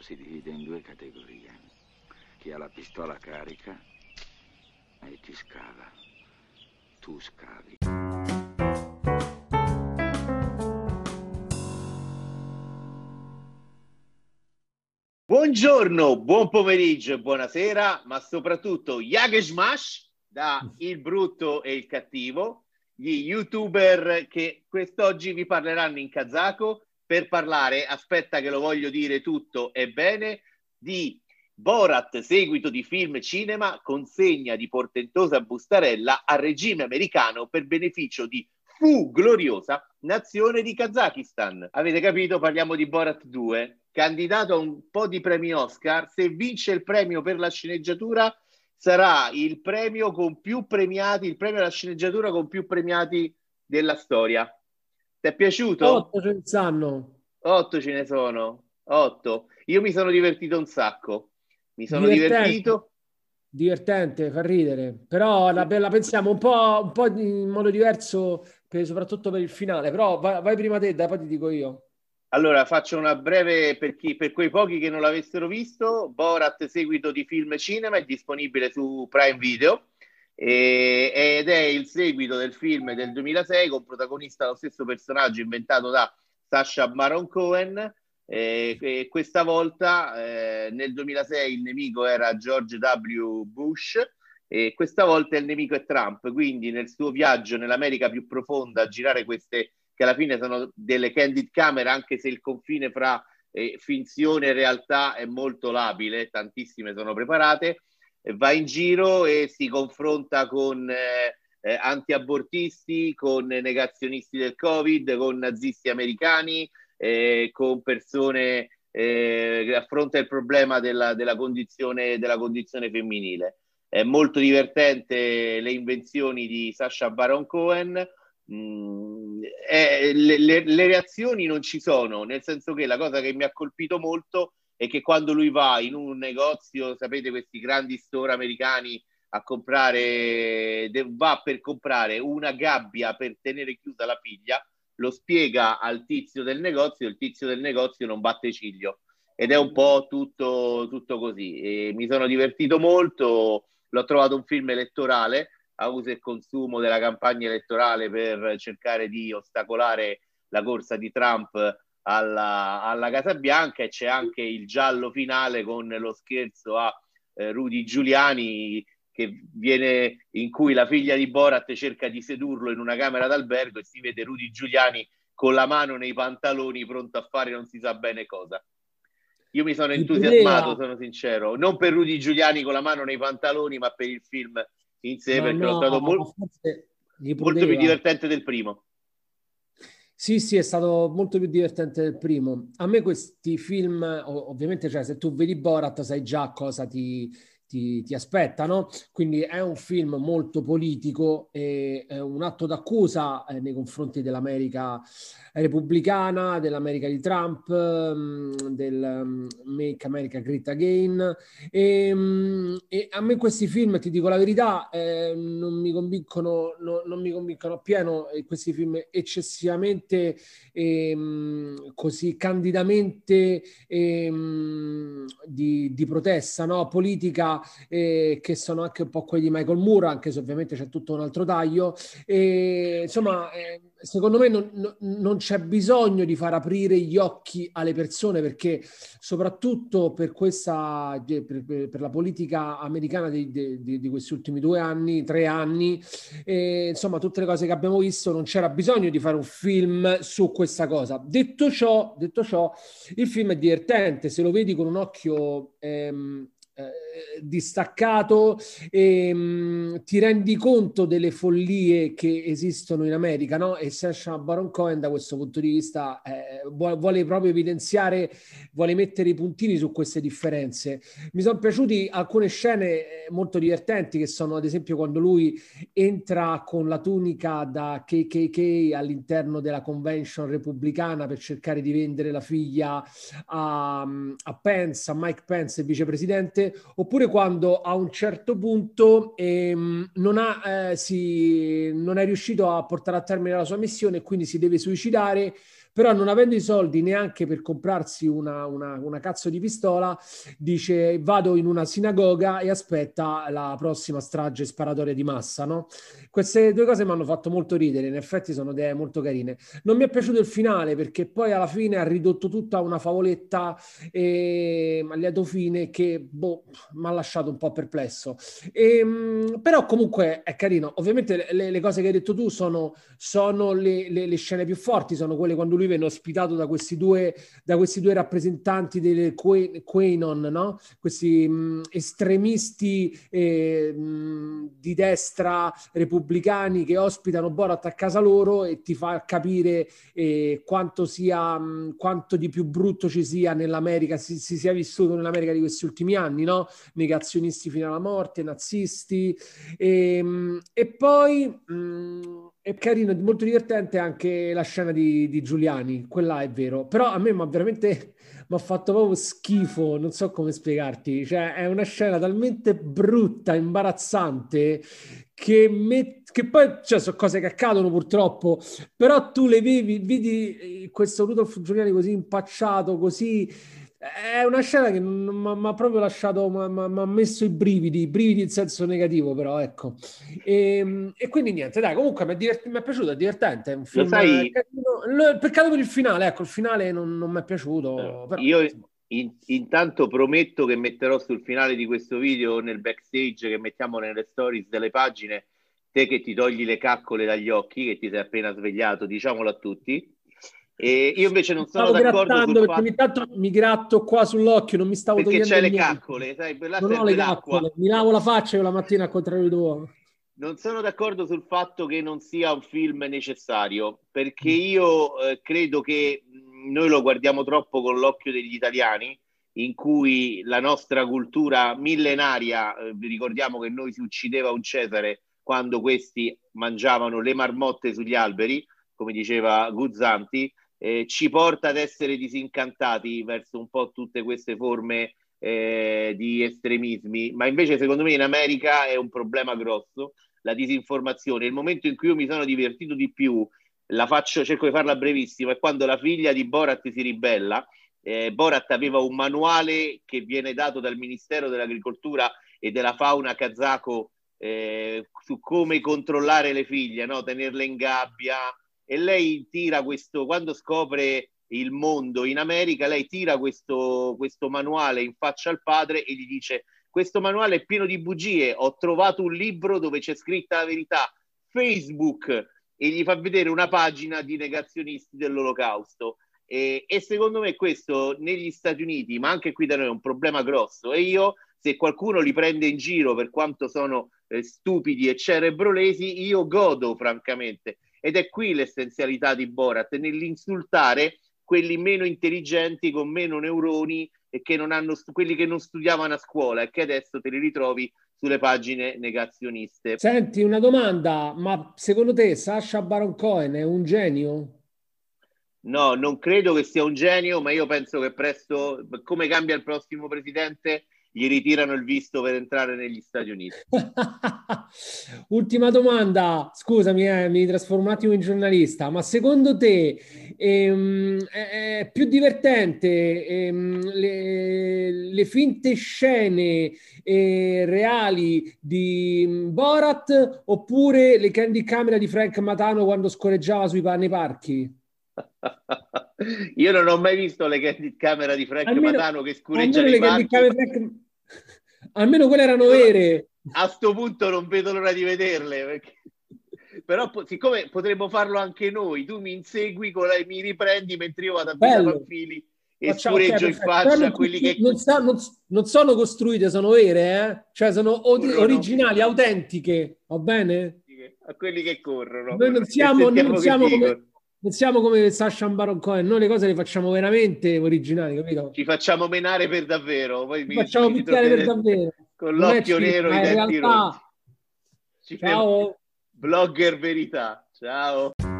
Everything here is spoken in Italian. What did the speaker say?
si divide in due categorie. Chi ha la pistola carica e chi scava. Tu scavi. Buongiorno, buon pomeriggio e buonasera, ma soprattutto Jagersmash da Il Brutto e il Cattivo, gli youtuber che quest'oggi vi parleranno in kazako per parlare, aspetta che lo voglio dire tutto e bene, di Borat, seguito di film cinema, consegna di portentosa bustarella al regime americano per beneficio di gloriosa nazione di Kazakistan. Avete capito? Parliamo di Borat 2, candidato a un po' di premi Oscar. Se vince il premio per la sceneggiatura sarà il premio con più premiati, il premio alla sceneggiatura con più premiati della storia. Ti è piaciuto? 8 ce ne stanno. 8 ce ne sono. 8. Io mi sono divertito un sacco. Mi sono Divertente, divertito. divertente, fa ridere. Però la pensiamo un po' in modo diverso, soprattutto per il finale. Però vai prima te, dai, poi ti dico io. Allora, faccio una breve per quei pochi che non l'avessero visto. Borat, seguito di film cinema, è disponibile su Prime Video ed è il seguito del film del 2006 con protagonista lo stesso personaggio inventato da Sacha Baron Cohen. E questa volta nel 2006 il nemico era George W. Bush e questa volta il nemico è Trump. Quindi nel suo viaggio nell'America più profonda a girare queste che alla fine sono delle candid camera, anche se il confine fra finzione e realtà è molto labile, tantissime sono preparate, va in giro e si confronta con anti-abortisti, con negazionisti del Covid, con nazisti americani, con persone che affronta il problema della condizione femminile. È molto divertente le invenzioni di Sacha Baron Cohen. Le reazioni non ci sono, nel senso che la cosa che mi ha colpito molto è che quando lui va in un negozio, sapete, questi grandi store americani a comprare, va per comprare una gabbia per tenere chiusa la figlia, lo spiega al tizio del negozio, il tizio del negozio non batte ciglio ed è un po' tutto così. E mi sono divertito molto, l'ho trovato un film elettorale a uso e consumo della campagna elettorale per cercare di ostacolare la corsa di Trump alla Casa Bianca, e c'è anche il giallo finale con lo scherzo a Rudy Giuliani in cui la figlia di Borat cerca di sedurlo in una camera d'albergo e si vede Rudy Giuliani con la mano nei pantaloni pronto a fare non si sa bene cosa. Io mi sono entusiasmato, sono sincero, non per Rudy Giuliani con la mano nei pantaloni, ma per il film in sé, Ma perché l'ho no, trovato forse gli molto più poteva. divertente del primo. Sì, sì, è stato molto più divertente del primo. A me questi film, ovviamente, cioè, se tu vedi Borat sai già cosa ti aspetta, no? Quindi è un film molto politico e è un atto d'accusa nei confronti dell'America repubblicana, dell'America di Trump, del Make America Great Again. E a me questi film, ti dico la verità, non mi convincono, non mi convincono appieno, questi film eccessivamente così candidamente di protesta, no? Politica, che sono anche un po' quelli di Michael Moore, anche se ovviamente c'è tutto un altro taglio. E, insomma, secondo me non c'è bisogno di far aprire gli occhi alle persone, perché soprattutto per questa per la politica americana di questi ultimi 2 anni, 3 anni, insomma, tutte le cose che abbiamo visto, non c'era bisogno di fare un film su questa cosa. Detto ciò, il film è divertente, se lo vedi con un occhio distaccato, ti rendi conto delle follie che esistono in America, no? E Sacha Baron Cohen da questo punto di vista vuole proprio evidenziare, vuole mettere i puntini su queste differenze. Mi sono piaciuti alcune scene molto divertenti, che sono ad esempio quando lui entra con la tunica da KKK all'interno della convention repubblicana per cercare di vendere la figlia a Pence, a Mike Pence, il vicepresidente, oppure quando a un certo punto non è riuscito a portare a termine la sua missione e quindi si deve suicidare però non avendo i soldi neanche per comprarsi una cazzo di pistola, dice vado in una sinagoga e aspetta la prossima strage sparatoria di massa, no? Queste due cose mi hanno fatto molto ridere, in effetti sono idee molto carine. Non mi è piaciuto il finale perché poi alla fine ha ridotto tutta una favoletta a lieto fine che mi ha lasciato un po' perplesso. Però comunque è carino. Ovviamente le cose che hai detto tu sono le scene più forti, sono quelle quando lui viene ospitato da questi due rappresentanti delle QAnon, no? Questi estremisti di destra repubblicani che ospitano Borat a casa loro, e ti fa capire quanto di più brutto ci sia nell'America, si sia vissuto nell'America di questi ultimi anni, no? Negazionisti fino alla morte, nazisti, e poi è carino, molto divertente anche la scena di Giuliani, quella è vero, però a me mi ha fatto proprio schifo, non so come spiegarti, cioè è una scena talmente brutta, imbarazzante, che poi, cioè, sono cose che accadono purtroppo, però tu le vedi questo Rudolph Giuliani così impacciato, così, è una scena che mi ha proprio lasciato, mi ha messo i brividi in senso negativo, però ecco. E quindi niente, dai, comunque mi è piaciuto, è divertente, è un film, Lo sai, peccato per il finale, ecco, il finale non mi è piaciuto, però, io intanto prometto che metterò sul finale di questo video, nel backstage che mettiamo nelle stories delle pagine, te che ti togli le caccole dagli occhi, che ti sei appena svegliato, diciamolo a tutti. E io invece non sono d'accordo sul perché fatto, ogni tanto mi gratto qua sull'occhio, non mi stavo perché togliendo c'hai le niente. caccole, sai, per là Non ho serve le l'acqua. caccole, mi lavo la faccia io la mattina al contrario tuo. Non sono d'accordo sul fatto che non sia un film necessario, perché io credo che noi lo guardiamo troppo con l'occhio degli italiani, in cui la nostra cultura millenaria, ricordiamo che noi si uccideva un Cesare quando questi mangiavano le marmotte sugli alberi, come diceva Guzzanti, ci porta ad essere disincantati verso un po' tutte queste forme di estremismi, ma invece secondo me in America è un problema grosso la disinformazione. Il momento in cui io mi sono divertito di più, cerco di farla brevissima, è quando la figlia di Borat si ribella. Borat aveva un manuale che viene dato dal Ministero dell'Agricoltura e della Fauna kazako su come controllare le figlie, no? Tenerle in gabbia, e lei tira questo, quando scopre il mondo in America, lei tira questo manuale in faccia al padre e gli dice: questo manuale è pieno di bugie, ho trovato un libro dove c'è scritta la verità, Facebook, e gli fa vedere una pagina di negazionisti dell'Olocausto. E secondo me questo negli Stati Uniti, ma anche qui da noi, è un problema grosso, e io, se qualcuno li prende in giro per quanto sono stupidi e cerebrolesi, io godo francamente, ed è qui l'essenzialità di Borat, nell'insultare quelli meno intelligenti, con meno neuroni, e che non hanno quelli che non studiavano a scuola e che adesso te li ritrovi sulle pagine negazioniste. Senti, una domanda, ma secondo te Sacha Baron Cohen è un genio? No, non credo che sia un genio, ma io penso che presto, come cambia il prossimo presidente, gli ritirano il visto per entrare negli Stati Uniti. Ultima domanda, scusami, mi trasformo un attimo in giornalista, ma secondo te è più divertente le finte scene reali di Borat, oppure le candy camera di Frank Matano quando scorreggiava nei parchi? Io non ho mai visto le candy camera di Frank Matano che scureggia nei parchi. Almeno quelle erano vere. A sto punto non vedo l'ora di vederle, perché... però siccome potremmo farlo anche noi, tu mi insegui, mi riprendi mentre io vado a Villa Pamphili e scureggio in faccia quelli che... Non sono costruite, sono vere, cioè sono originali, autentiche, va bene? A quelli che corrono. Noi non siamo come Sacha Baron Cohen, noi le cose le facciamo veramente originali, capito? Ci facciamo menare per davvero, poi ci facciamo picchiare per davvero. Con l'occhio nero, i denti rossi. Ciao. Blogger verità. Ciao.